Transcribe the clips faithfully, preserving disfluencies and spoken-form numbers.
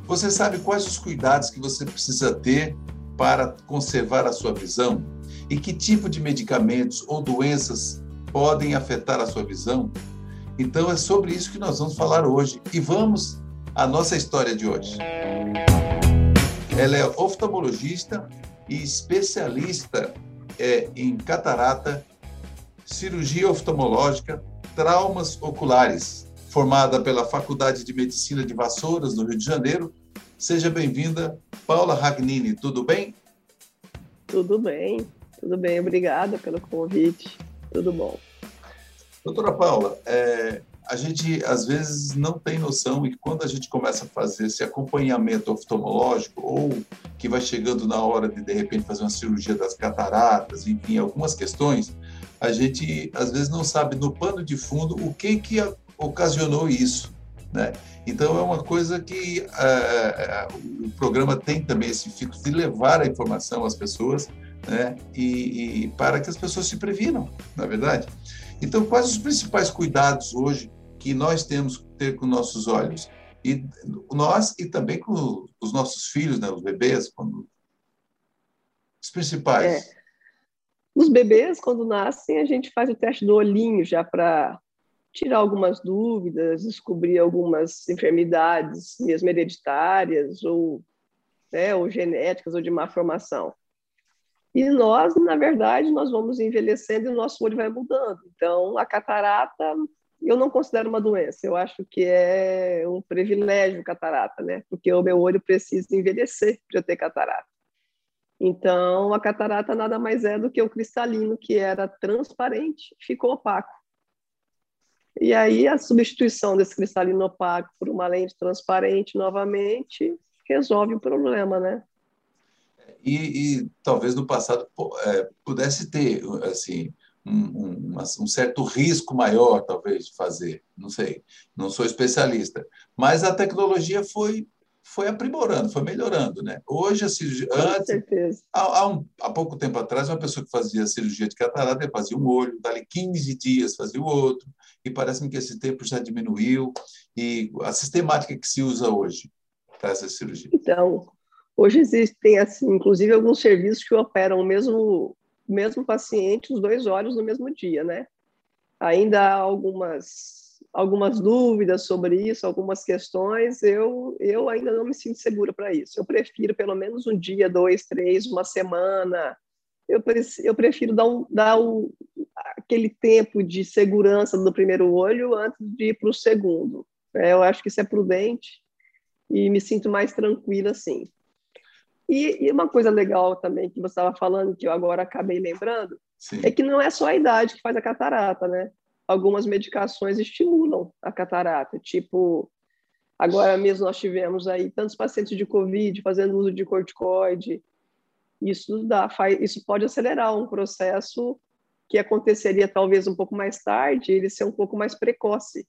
Você sabe quais os cuidados que você precisa ter para conservar a sua visão? E que tipo de medicamentos ou doenças podem afetar a sua visão? Então, é sobre isso que nós vamos falar hoje. E vamos à nossa história de hoje. Ela é oftalmologista e especialista é, em catarata, cirurgia oftalmológica, traumas oculares, formada pela Faculdade de Medicina de Vassouras, no Rio de Janeiro. Seja bem-vinda, Paula Ragnini. Tudo bem? Tudo bem, tudo bem. Obrigada pelo convite. Tudo bom. Doutora Paula, é, a gente às vezes não tem noção e quando a gente começa a fazer esse acompanhamento oftalmológico ou que vai chegando na hora de, de repente, fazer uma cirurgia das cataratas, enfim, algumas questões, a gente às vezes não sabe no pano de fundo o que que ocasionou isso, né? Então, é uma coisa que uh, o programa tem também esse fixo de levar a informação às pessoas, né? E, e para que as pessoas se previnam, na verdade. Então, quais os principais cuidados hoje que nós temos que ter com nossos olhos? E nós e também com os nossos filhos, né? Os bebês, quando... os principais. É. Os bebês, quando nascem, a gente faz o teste do olhinho já para tirar algumas dúvidas, descobrir algumas enfermidades, mesmo hereditárias, ou, né, ou genéticas, ou de má formação. E nós, na verdade, nós vamos envelhecendo e o nosso olho vai mudando. Então, a catarata, eu não considero uma doença, eu acho que é um privilégio catarata, né? Porque o meu olho precisa envelhecer para eu ter catarata. Então, a catarata nada mais é do que o cristalino, que era transparente, ficou opaco. E aí a substituição desse cristalino opaco por uma lente transparente novamente resolve o problema, né? E, e talvez no passado é, pudesse ter assim um, um, um certo risco maior, talvez, de fazer. Não sei, não sou especialista. Mas a tecnologia foi foi aprimorando, foi melhorando, né? Hoje a cirurgia, Com antes, certeza. Há, há, um, há pouco tempo atrás, uma pessoa que fazia cirurgia de catarata fazia um olho, dali quinze dias fazia o outro, e parece-me que esse tempo já diminuiu. E a sistemática que se usa hoje para essa cirurgia? Então, hoje existem, assim, inclusive, alguns serviços que operam o mesmo, mesmo paciente, os dois olhos no mesmo dia, né? Ainda há algumas, algumas dúvidas sobre isso, algumas questões. Eu, eu ainda não me sinto segura para isso. Eu prefiro pelo menos um dia, dois, três, uma semana. Eu, eu prefiro dar, um, dar um, aquele tempo de segurança no primeiro olho antes de ir para o segundo. É, eu acho que isso é prudente e me sinto mais tranquila assim. E, e uma coisa legal também que você estava falando, que eu agora acabei lembrando, Sim. É que não é só a idade que faz a catarata, né? Algumas medicações estimulam a catarata, tipo, agora mesmo nós tivemos aí tantos pacientes de Covid fazendo uso de corticoide. Isso, dá, faz, isso pode acelerar um processo que aconteceria talvez um pouco mais tarde, ele ser um pouco mais precoce.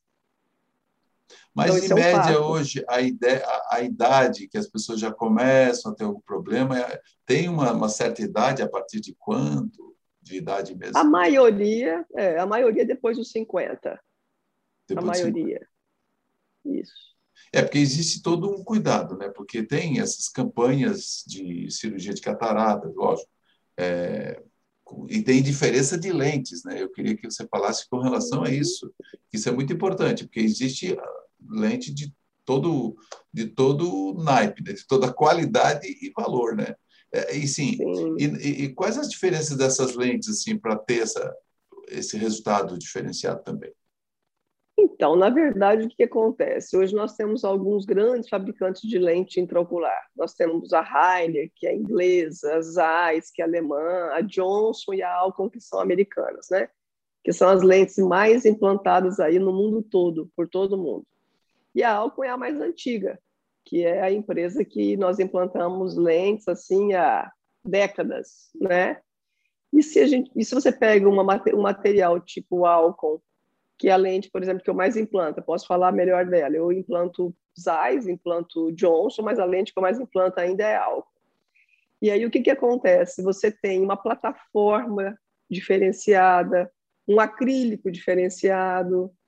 Mas, Então, em isso é um média, fato. hoje, a, ideia, a, a idade que as pessoas já começam a ter algum problema, é, tem uma, uma certa idade, a partir de quanto? De idade mesmo? A maioria, é, a maioria depois dos cinquenta. Depois A maioria. Isso. É, porque existe todo um cuidado, né? Porque tem essas campanhas de cirurgia de catarata, lógico, é, e tem diferença de lentes, né? Eu queria que você falasse com relação a isso. Isso é muito importante, porque existe lente de todo de todo naipe, né? De toda qualidade e valor, né? É, e sim, Sim. E, e, e quais as diferenças dessas lentes assim para ter essa, esse resultado diferenciado também? Então, na verdade, o que acontece? Hoje nós temos alguns grandes fabricantes de lente intraocular. Nós temos a Hailer, que é inglesa, a Zeiss, que é alemã, a Johnson e a Alcon, que são americanas, né? Que são as lentes mais implantadas aí no mundo todo, por todo mundo. E a Alcon é a mais antiga, que é a empresa que nós implantamos lentes assim há décadas, né? E se, a gente, e se você pega uma, um material tipo Alcon, que é a lente, por exemplo, que eu mais implanto, eu posso falar melhor dela. Eu implanto Zeiss, implanto Johnson, mas a lente que eu mais implanto ainda é Alcon. E aí o que, que acontece? Você tem uma plataforma diferenciada, um acrílico diferenciado,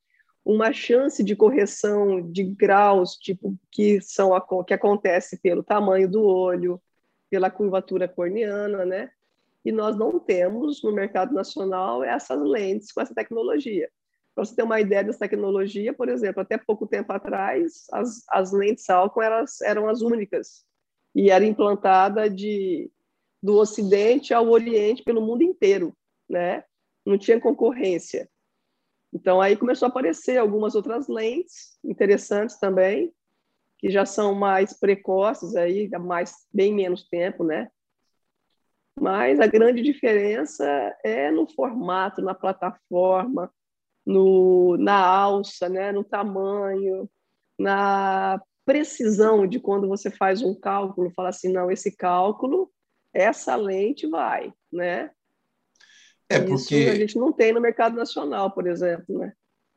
uma chance de correção de graus, tipo, que, são, que acontece pelo tamanho do olho, pela curvatura corneana, né? E nós não temos no mercado nacional essas lentes com essa tecnologia. Para você ter uma ideia dessa tecnologia, por exemplo, até pouco tempo atrás, as, as lentes álcool eram, eram as únicas e era implantada de, do Ocidente ao Oriente pelo mundo inteiro, né? Não tinha concorrência. Então, aí começou a aparecer algumas outras lentes interessantes também, que já são mais precoces, aí, há mais, bem menos tempo, né? Mas a grande diferença é no formato, na plataforma, no, na alça, né? No tamanho, na precisão de quando você faz um cálculo, fala assim, não, esse cálculo, essa lente vai, né? É Isso a porque gente não tem no mercado nacional, por exemplo, né?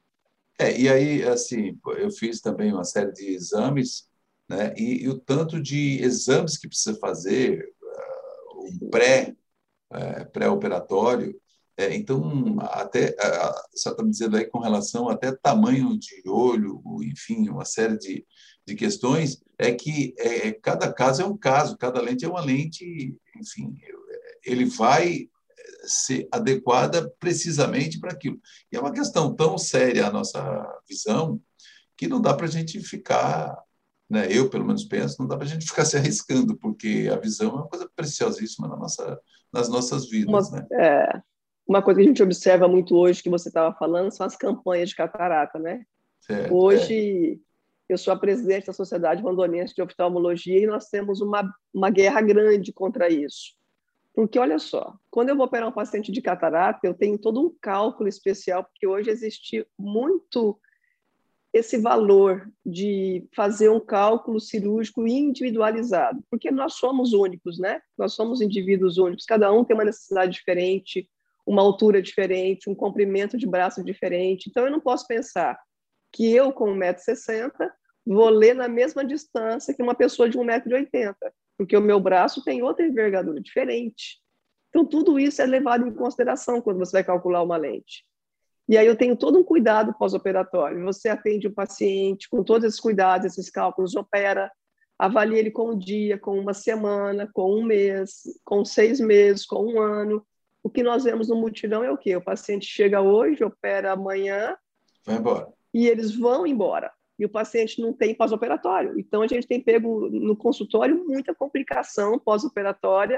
É, e aí, assim, eu fiz também uma série de exames, né? E, e o tanto de exames que precisa fazer, uh, um pré, uh, pré-operatório. É, então, até, uh, você está me dizendo aí com relação até tamanho de olho, enfim, uma série de, de questões, é que é, cada caso é um caso, cada lente é uma lente, enfim, ele vai ser adequada precisamente para aquilo. E é uma questão tão séria a nossa visão que não dá para a gente ficar, né? Eu, pelo menos, penso, não dá para a gente ficar se arriscando, porque a visão é uma coisa preciosíssima na nossa, nas nossas vidas, Uma, né? é, uma coisa que a gente observa muito hoje, que você estava falando, são as campanhas de catarata, né? Certo, é. Hoje, eu sou a presidente da Sociedade Rondoniense de Oftalmologia e nós temos uma, uma guerra grande contra isso. Porque, olha só, quando eu vou operar um paciente de catarata, eu tenho todo um cálculo especial, porque hoje existe muito esse valor de fazer um cálculo cirúrgico individualizado, porque nós somos únicos, né? Nós somos indivíduos únicos, cada um tem uma necessidade diferente, uma altura diferente, um comprimento de braço diferente. Então, eu não posso pensar que eu, com um metro e sessenta, vou ler na mesma distância que uma pessoa de um metro e oitenta, porque o meu braço tem outra envergadura diferente. Então, tudo isso é levado em consideração quando você vai calcular uma lente. E aí eu tenho todo um cuidado pós-operatório. Você atende o paciente com todos esses cuidados, esses cálculos, opera, avalia ele com um dia, com uma semana, com um mês, com seis meses, com um ano. O que nós vemos no mutirão é o quê? O paciente chega hoje, opera amanhã, Vai embora. E eles vão embora. E o paciente não tem pós-operatório. Então, a gente tem pego no consultório muita complicação pós-operatória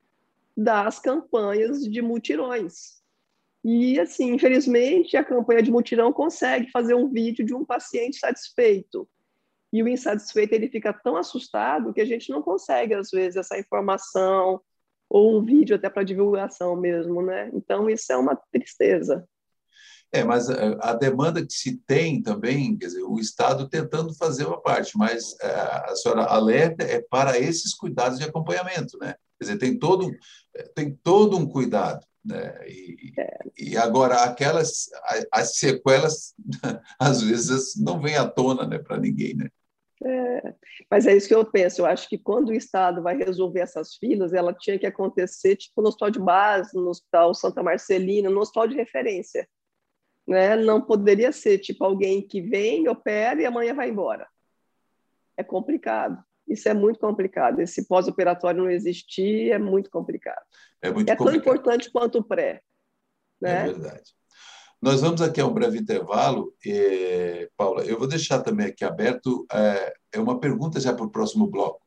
das campanhas de mutirões. E, assim, infelizmente, a campanha de mutirão consegue fazer um vídeo de um paciente satisfeito. E o insatisfeito, ele fica tão assustado que a gente não consegue, às vezes, essa informação ou um vídeo até para divulgação mesmo, né? Então, isso é uma tristeza. É, mas a, a demanda que se tem também, quer dizer, o Estado tentando fazer uma parte, mas é, a senhora alerta é para esses cuidados de acompanhamento, né? Quer dizer, tem todo, tem todo um cuidado, né? E, É. e agora, aquelas, as sequelas, às vezes, não vêm à tona, né, para ninguém, né? É, mas é isso que eu penso. Eu acho que quando o Estado vai resolver essas filas, ela tinha que acontecer tipo no hospital de base, no hospital Santa Marcelina, no hospital de referência. Né? Não poderia ser tipo alguém que vem, opera e amanhã vai embora. É complicado. Isso é muito complicado. Esse pós-operatório não existir é muito complicado. É muito É tão complicado. importante quanto o pré. É Né? verdade. Nós vamos aqui a um breve intervalo. E, Paula, eu vou deixar também aqui aberto é, é uma pergunta já para o próximo bloco.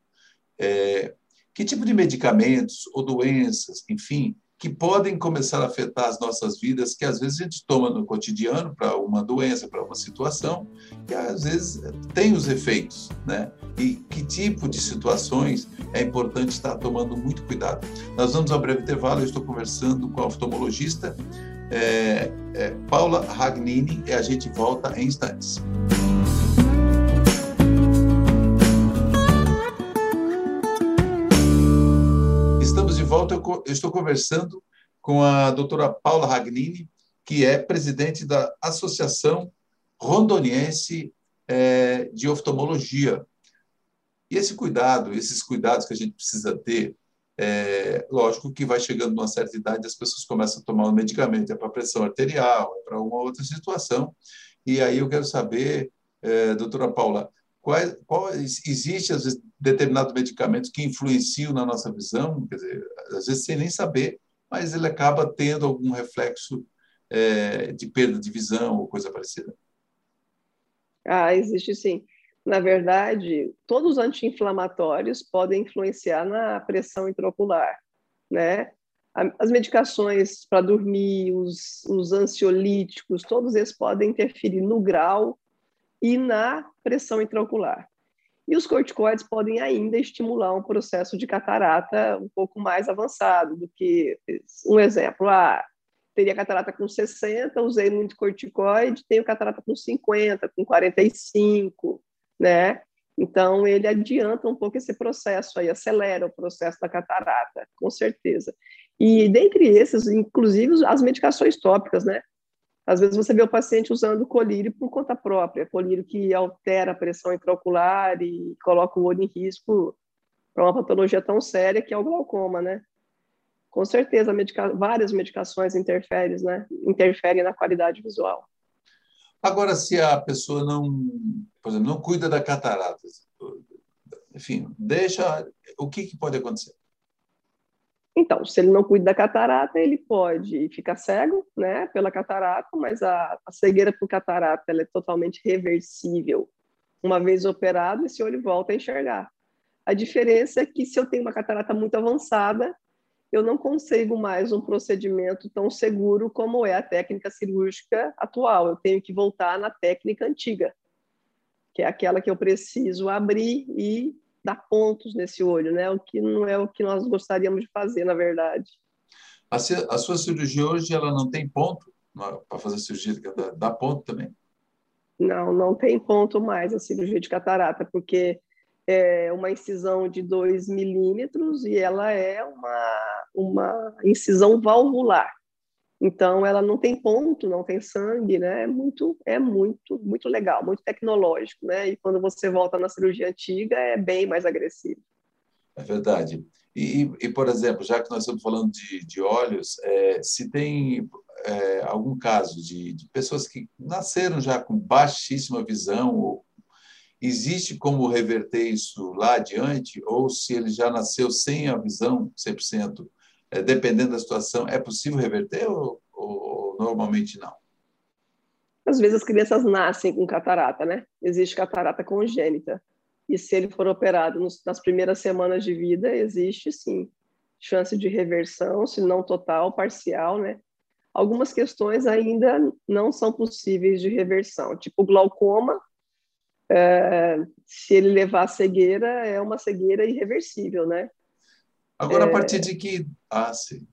É, que tipo de medicamentos ou doenças, enfim, que podem começar a afetar as nossas vidas, que às vezes a gente toma no cotidiano para uma doença, para uma situação, que às vezes tem os efeitos, né? E que tipo de situações é importante estar tomando muito cuidado. Nós vamos ao breve intervalo. Eu estou conversando com a oftalmologista é, é, Paula Ragnini e a gente volta em instantes. Estamos de volta. Eu estou conversando com a doutora Paula Ragnini, que é presidente da Associação Rondoniense é, de Oftalmologia. E esse cuidado, esses cuidados que a gente precisa ter, é, lógico que vai chegando numa certa idade, as pessoas começam a tomar um medicamento, é para pressão arterial, é para uma outra situação, E aí eu quero saber, eh, doutora Paula, qual, qual existe, às vezes, determinados medicamentos que influenciam na nossa visão, quer dizer, às vezes sem nem saber, mas ele acaba tendo algum reflexo eh, de perda de visão ou coisa parecida? Ah, existe sim. Na verdade, todos os anti-inflamatórios podem influenciar na pressão intraocular, né? As medicações para dormir, os, os ansiolíticos, todos eles podem interferir no grau e na pressão intraocular. E os corticoides podem ainda estimular um processo de catarata um pouco mais avançado do que, um exemplo, ah, teria catarata com sessenta, usei muito corticoide, tenho catarata com cinquenta, com quarenta e cinco, né? Então, ele adianta um pouco esse processo aí, acelera o processo da catarata, com certeza. E dentre esses, inclusive as medicações tópicas, né? Às vezes você vê o paciente usando colírio por conta própria, colírio que altera a pressão intraocular e coloca o olho em risco para uma patologia tão séria que é o glaucoma, né? Com certeza, medica... várias medicações interferem, né? Interferem na qualidade visual. Agora, se a pessoa não, por exemplo, não cuida da catarata, enfim, deixa, o que, que pode acontecer? Então, se ele não cuida da catarata, ele pode ficar cego, né, pela catarata, mas a, a cegueira por catarata ela é totalmente reversível. Uma vez operado, esse olho volta a enxergar. A diferença é que se eu tenho uma catarata muito avançada, eu não consigo mais um procedimento tão seguro como é a técnica cirúrgica atual. Eu tenho que voltar na técnica antiga, que é aquela que eu preciso abrir e dar pontos nesse olho, né? O que não é o que nós gostaríamos de fazer, na verdade. A, a sua cirurgia hoje, ela não tem ponto para fazer cirurgia? Dá, dá ponto também? Não, não tem ponto mais a cirurgia de catarata, porque é uma incisão de dois milímetros e ela é uma, uma incisão valvular. Então, ela não tem ponto, não tem sangue, né? É muito, é muito, muito legal, muito tecnológico, né? E quando você volta na cirurgia antiga, é bem mais agressivo. É verdade. E, e, por exemplo, já que nós estamos falando de, de olhos, é, se tem é, algum caso de, de pessoas que nasceram já com baixíssima visão, ou existe como reverter isso lá adiante, ou se ele já nasceu sem a visão cem por cento, é, dependendo da situação, é possível reverter ou, ou normalmente não? Às vezes as crianças nascem com catarata, né? Existe catarata congênita. E se ele for operado nos, nas primeiras semanas de vida, existe sim chance de reversão, se não total, parcial, né? Algumas questões ainda não são possíveis de reversão, tipo glaucoma, é, se ele levar a cegueira, é uma cegueira irreversível, né? Agora, a partir de que... Ah, sim.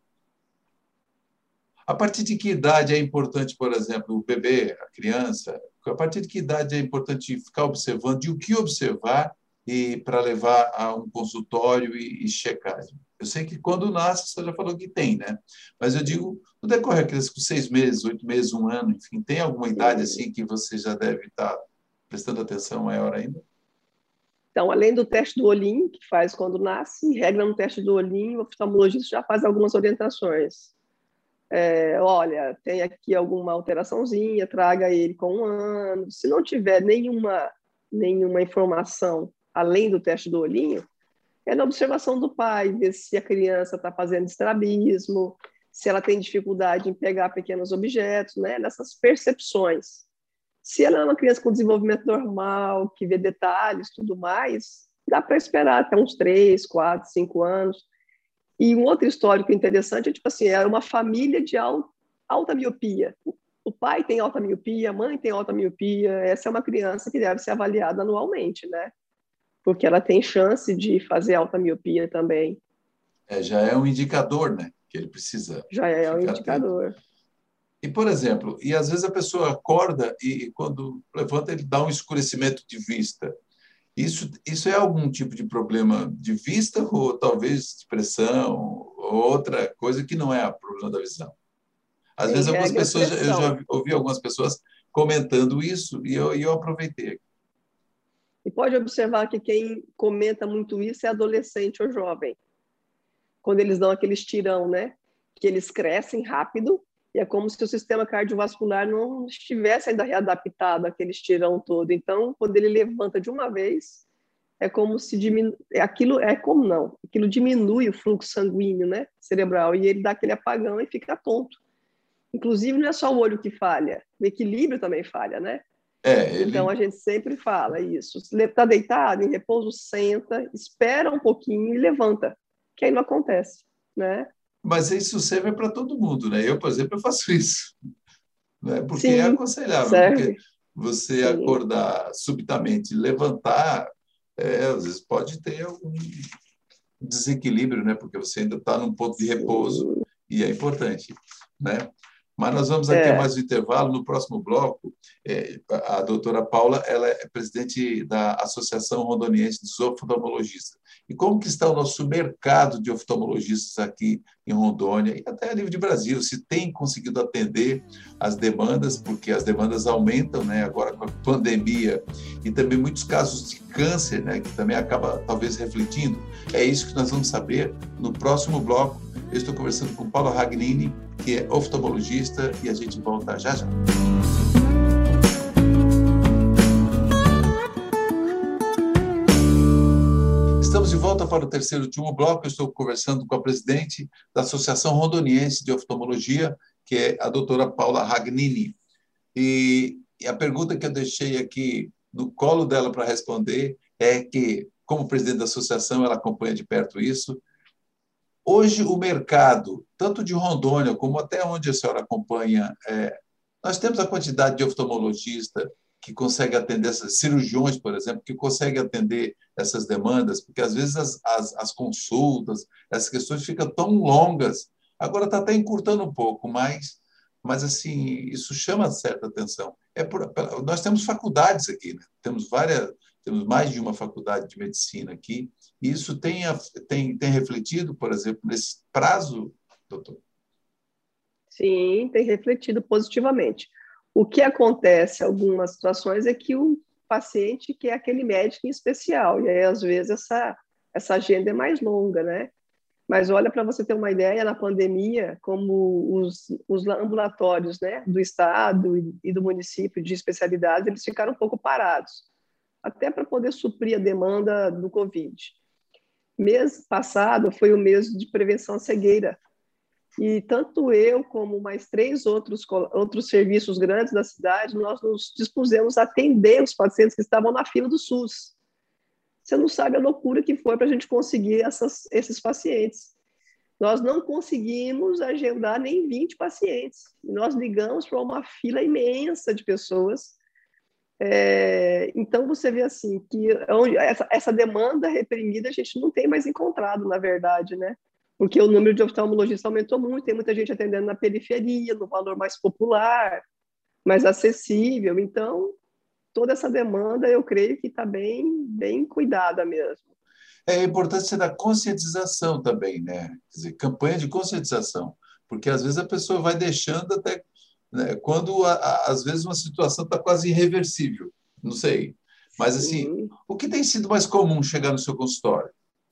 A partir de que idade é importante, por exemplo, o bebê, a criança, a partir de que idade é importante ficar observando e o que observar e para levar a um consultório e, e checagem? Eu sei que quando nasce, você já falou que tem, né? Mas eu digo, no decorrer criança com seis meses, oito meses, um ano, enfim, tem alguma idade assim que você já deve estar prestando atenção maior ainda? Então, além do teste do olhinho, que faz quando nasce, em regra no teste do olhinho, o oftalmologista já faz algumas orientações. É, olha, tem aqui alguma alteraçãozinha, traga ele com um ano. Se não tiver nenhuma, nenhuma informação além do teste do olhinho, é na observação do pai, ver se a criança está fazendo estrabismo, se ela tem dificuldade em pegar pequenos objetos, né? Nessas percepções. Se ela é uma criança com desenvolvimento normal, que vê detalhes, tudo mais, dá para esperar até uns três, quatro, cinco anos. E um outro histórico interessante é, tipo assim, era uma família de alta miopia. O pai tem alta miopia, a mãe tem alta miopia. Essa é uma criança que deve ser avaliada anualmente, né? Porque ela tem chance de fazer alta miopia também. É, já é um indicador, né? Que ele precisa Já é um ficar atento. indicador. E, por exemplo, e às vezes a pessoa acorda e quando levanta ele dá um escurecimento de vista. Isso, isso é algum tipo de problema de vista ou talvez de pressão ou outra coisa que não é o problema da visão? Às Em vezes algumas regra, pessoas, eu pressão. já ouvi algumas pessoas comentando isso e eu, e eu aproveitei. E pode observar que quem comenta muito isso é adolescente ou jovem. Quando eles dão aquele estirão, né? Que eles crescem rápido E é como se o sistema cardiovascular não estivesse ainda readaptado àquele estirão todo. Então, quando ele levanta de uma vez, é como se diminu... aquilo é como não, aquilo diminui o fluxo sanguíneo, né, cerebral, e ele dá aquele apagão e fica tonto. Inclusive, não é só o olho que falha, o equilíbrio também falha, né? É, Então, ele... a gente sempre fala isso. Se está deitado, em repouso, senta, espera um pouquinho e levanta, que aí não acontece, né? Mas isso serve para todo mundo, né? Eu, por exemplo, eu faço isso, né? Porque é Sim, aconselhável, porque serve. você Sim, acordar subitamente, levantar, é, às vezes pode ter algum desequilíbrio, né? Porque você ainda está num ponto de repouso sim. e é importante, né? Mas nós vamos aqui a É, mais um intervalo. No próximo bloco, é, a a doutora Paula, ela é presidente da Associação Rondoniense dos Oftalmologistas. E como que está o nosso mercado de oftalmologistas aqui em Rondônia e até a nível de Brasil? Se tem conseguido atender as demandas, porque as demandas aumentam, né? Agora com a pandemia e também muitos casos de câncer, né? Que também acaba talvez refletindo. É isso que nós vamos saber no próximo bloco. Eu estou conversando com Paulo Ragnini, que é oftalmologista, e a gente volta já já. Estamos de volta para o terceiro e último bloco. Eu estou conversando com a presidente da Associação Rondoniense de Oftalmologia, que é a doutora Paula Ragnini. E, e a pergunta que eu deixei aqui no colo dela para responder é que, como presidente da associação, ela acompanha de perto isso. Hoje, o mercado, tanto de Rondônia como até onde a senhora acompanha, é, nós temos a quantidade de oftalmologista que consegue atender essas cirurgiões, por exemplo, que consegue atender essas demandas, porque às vezes as, as, as consultas, essas questões ficam tão longas. Agora está até encurtando um pouco, mas, mas assim, isso chama certa atenção. É por, nós temos faculdades aqui, né? Temos várias, temos mais de uma faculdade de medicina aqui, e isso tem, tem, tem refletido, por exemplo, nesse prazo, doutor? sim, tem refletido positivamente. O que acontece em algumas situações é que o paciente quer aquele médico em especial, e aí, às vezes, essa, essa agenda é mais longa, né? Mas olha, para você ter uma ideia, na pandemia, como os, os ambulatórios, né, do estado e, e do município de especialidades, eles ficaram um pouco parados, até para poder suprir a demanda do Covid. Mês passado foi o mês de prevenção à cegueira, e tanto eu como mais três outros, outros serviços grandes da cidade, nós nos dispusemos a atender os pacientes que estavam na fila do SUS. Você não sabe a loucura que foi para a gente conseguir essas, esses pacientes. Nós não conseguimos agendar nem vinte pacientes. Nós ligamos para uma fila imensa de pessoas. É, então, você vê assim, que essa, essa demanda reprimida a gente não tem mais encontrado, na verdade, né? Porque o número de oftalmologistas aumentou muito, tem muita gente atendendo na periferia, no valor mais popular, mais acessível. Então, toda essa demanda, eu creio que está bem, bem cuidada mesmo. É a importância da conscientização também, né? Quer dizer, campanha de conscientização, porque às vezes a pessoa vai deixando até, né, quando a, a, às vezes uma situação está quase irreversível, não sei. Mas assim, Sim. o que tem sido mais comum chegar no seu consultório?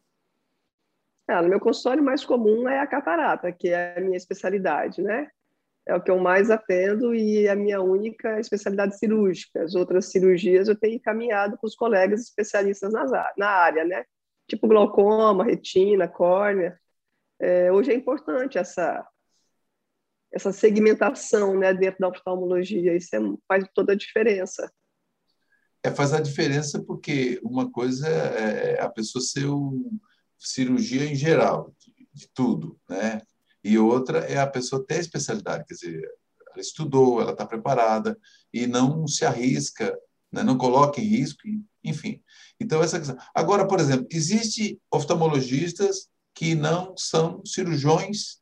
Ah, no meu consultório, mais comum é a catarata, que é a minha especialidade, né? É o que eu mais atendo e é a minha única especialidade cirúrgica. As outras cirurgias eu tenho encaminhado para os colegas especialistas na área, né? Tipo glaucoma, retina, córnea. É, hoje é importante essa, essa segmentação, né, dentro da oftalmologia. Isso é, faz toda a diferença. É, faz a diferença porque uma coisa é a pessoa ser um cirurgia em geral, de, de tudo, né? E outra é a pessoa ter a especialidade, quer dizer, ela estudou, ela está preparada e não se arrisca, né? Não coloca em risco, enfim. Então, essa questão. Agora, por exemplo, existe oftalmologistas que não são cirurgiões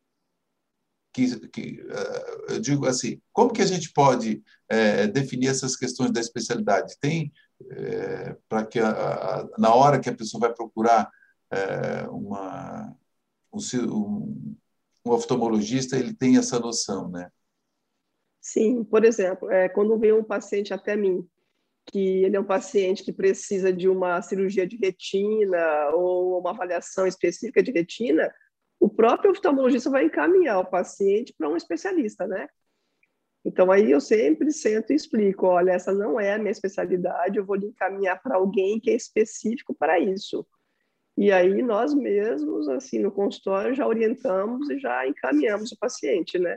que, que uh, eu digo assim, como que a gente pode uh, definir essas questões da especialidade? Tem uh, para que a, a, na hora que a pessoa vai procurar uh, uma, um, um oftalmologista, ele tem essa noção, né? Sim, por exemplo, é, quando vem um paciente até mim, que ele é um paciente que precisa de uma cirurgia de retina ou uma avaliação específica de retina, o próprio oftalmologista vai encaminhar o paciente para um especialista, né? Então, aí eu sempre sento e explico, olha, essa não é a minha especialidade, eu vou lhe encaminhar para alguém que é específico para isso. E aí nós mesmos, assim, no consultório, já orientamos e já encaminhamos o paciente, né?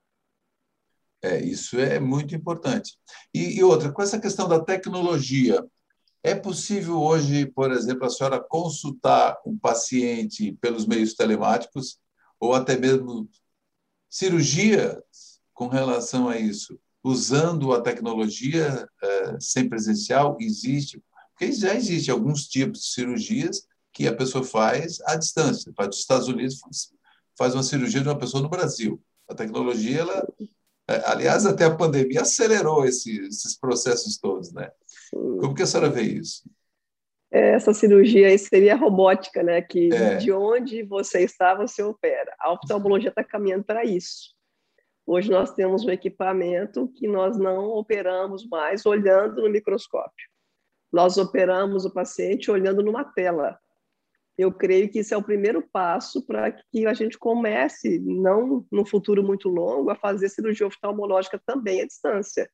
É, isso é muito importante. E, e outra, com essa questão da tecnologia, é possível hoje, por exemplo, a senhora consultar um paciente pelos meios telemáticos ou até mesmo cirurgia com relação a isso, usando a tecnologia eh, sem presencial? Existe? Porque já existe alguns tipos de cirurgias que a pessoa faz à distância. Faz dos Estados Unidos, faz uma cirurgia de uma pessoa no Brasil. A tecnologia, ela, aliás, até a pandemia acelerou esse, esses processos todos, né? Como que a senhora vê isso? Essa cirurgia aí seria a robótica, né? Que É. De onde você está, você opera. A oftalmologia está caminhando para isso. Hoje nós temos um equipamento que nós não operamos mais olhando no microscópio. Nós operamos o paciente olhando numa tela. Eu creio que isso é o primeiro passo para que a gente comece, não no futuro muito longo, a fazer cirurgia oftalmológica também à distância.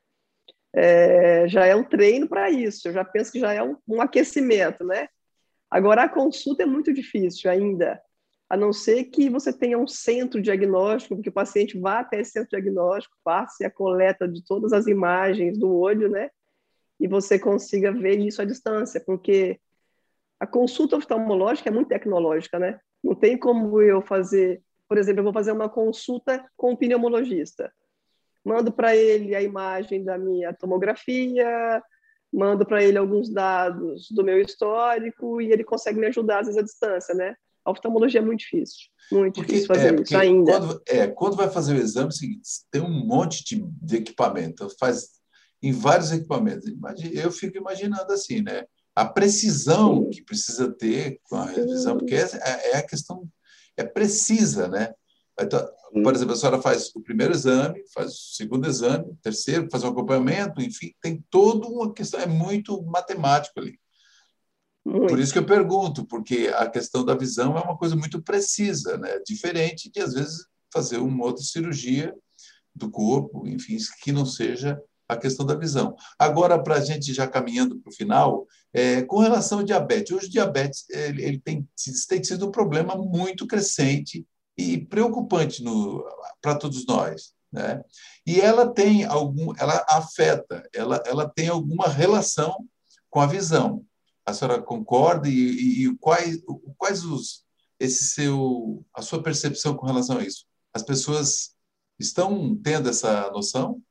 É, já é um treino para isso, eu já penso que já é um, um aquecimento, né? Agora, a consulta é muito difícil ainda, a não ser que você tenha um centro diagnóstico, que o paciente vá até esse centro diagnóstico, faça a coleta de todas as imagens do olho, né? E você consiga ver isso à distância, porque a consulta oftalmológica é muito tecnológica, né? Não tem como eu fazer, por exemplo, eu vou fazer uma consulta com um pneumologista. Mando para ele a imagem da minha tomografia, mando para ele alguns dados do meu histórico e ele consegue me ajudar, às vezes, à distância, né? A oftalmologia é muito difícil, muito Porque, difícil fazer é, isso ainda. Quando, é, quando vai fazer o exame, é o seguinte, tem um monte de, de equipamento, faz em vários equipamentos. Eu fico imaginando assim, né? A precisão Sim. que precisa ter com a revisão, porque é, é a questão, é precisa, né? Então, por exemplo, a senhora faz o primeiro exame, faz o segundo exame, o terceiro, faz um acompanhamento, enfim, tem toda uma questão, é muito matemático ali. Muito. Por isso que eu pergunto, porque a questão da visão é uma coisa muito precisa, né? Diferente de, às vezes, fazer uma outra cirurgia do corpo, enfim, que não seja a questão da visão. Agora, para a gente já caminhando para o final, é, com relação ao diabetes, hoje o diabetes ele, ele tem, tem sido um problema muito crescente e preocupante para todos nós, né? E ela tem algum, ela afeta, ela, ela tem alguma relação com a visão. A senhora concorda e, e, e quais, quais os, esse seu, a sua percepção com relação a isso? As pessoas estão tendo essa noção?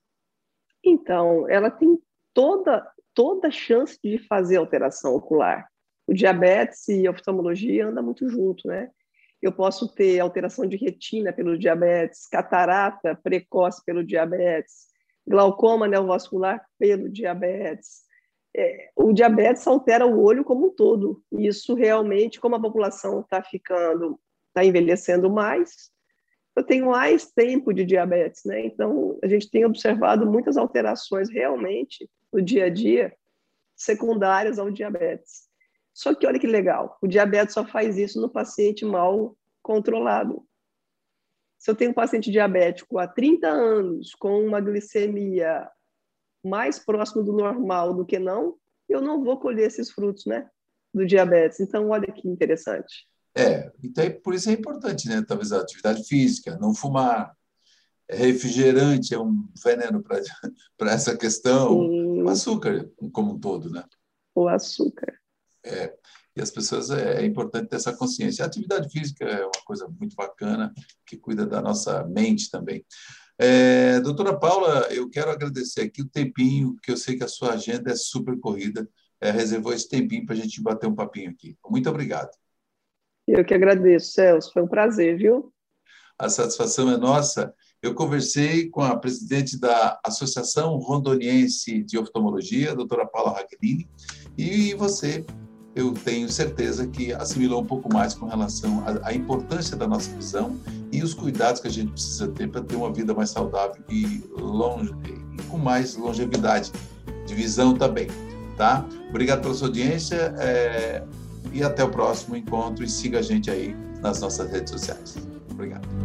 Então, ela tem toda toda chance de fazer alteração ocular. O diabetes e a oftalmologia andam muito junto, né? Eu posso ter alteração de retina pelo diabetes, catarata precoce pelo diabetes, glaucoma neovascular pelo diabetes. É, o diabetes altera o olho como um todo. Isso realmente, como a população está ficando, está envelhecendo mais, eu tenho mais tempo de diabetes, né? Então, a gente tem observado muitas alterações realmente no dia a dia secundárias ao diabetes. Só que olha que legal, o diabetes só faz isso no paciente mal controlado. Se eu tenho um paciente diabético há trinta anos com uma glicemia mais próximo do normal do que não, eu não vou colher esses frutos, né, do diabetes. Então, olha que interessante. É, então por isso é importante, né? Talvez a atividade física, não fumar. Refrigerante é um veneno para essa questão. Sim. O açúcar, como um todo, né? O açúcar. É, e as pessoas, é, é importante ter essa consciência. A atividade física é uma coisa muito bacana, que cuida da nossa mente também. É, doutora Paula, eu quero agradecer aqui o tempinho, que eu sei que a sua agenda é super corrida, é, reservou esse tempinho para a gente bater um papinho aqui. Muito obrigado. Eu que agradeço, Celso. Foi um prazer, viu? A satisfação é nossa. Eu conversei com a presidente da Associação Rondoniense de Oftalmologia, a doutora Paula Ragnini, e você, eu tenho certeza que assimilou um pouco mais com relação à, à importância da nossa visão e os cuidados que a gente precisa ter para ter uma vida mais saudável e, longe, e com mais longevidade de visão também. Tá? Obrigado pela sua audiência é, e até o próximo encontro e siga a gente aí nas nossas redes sociais. Obrigado.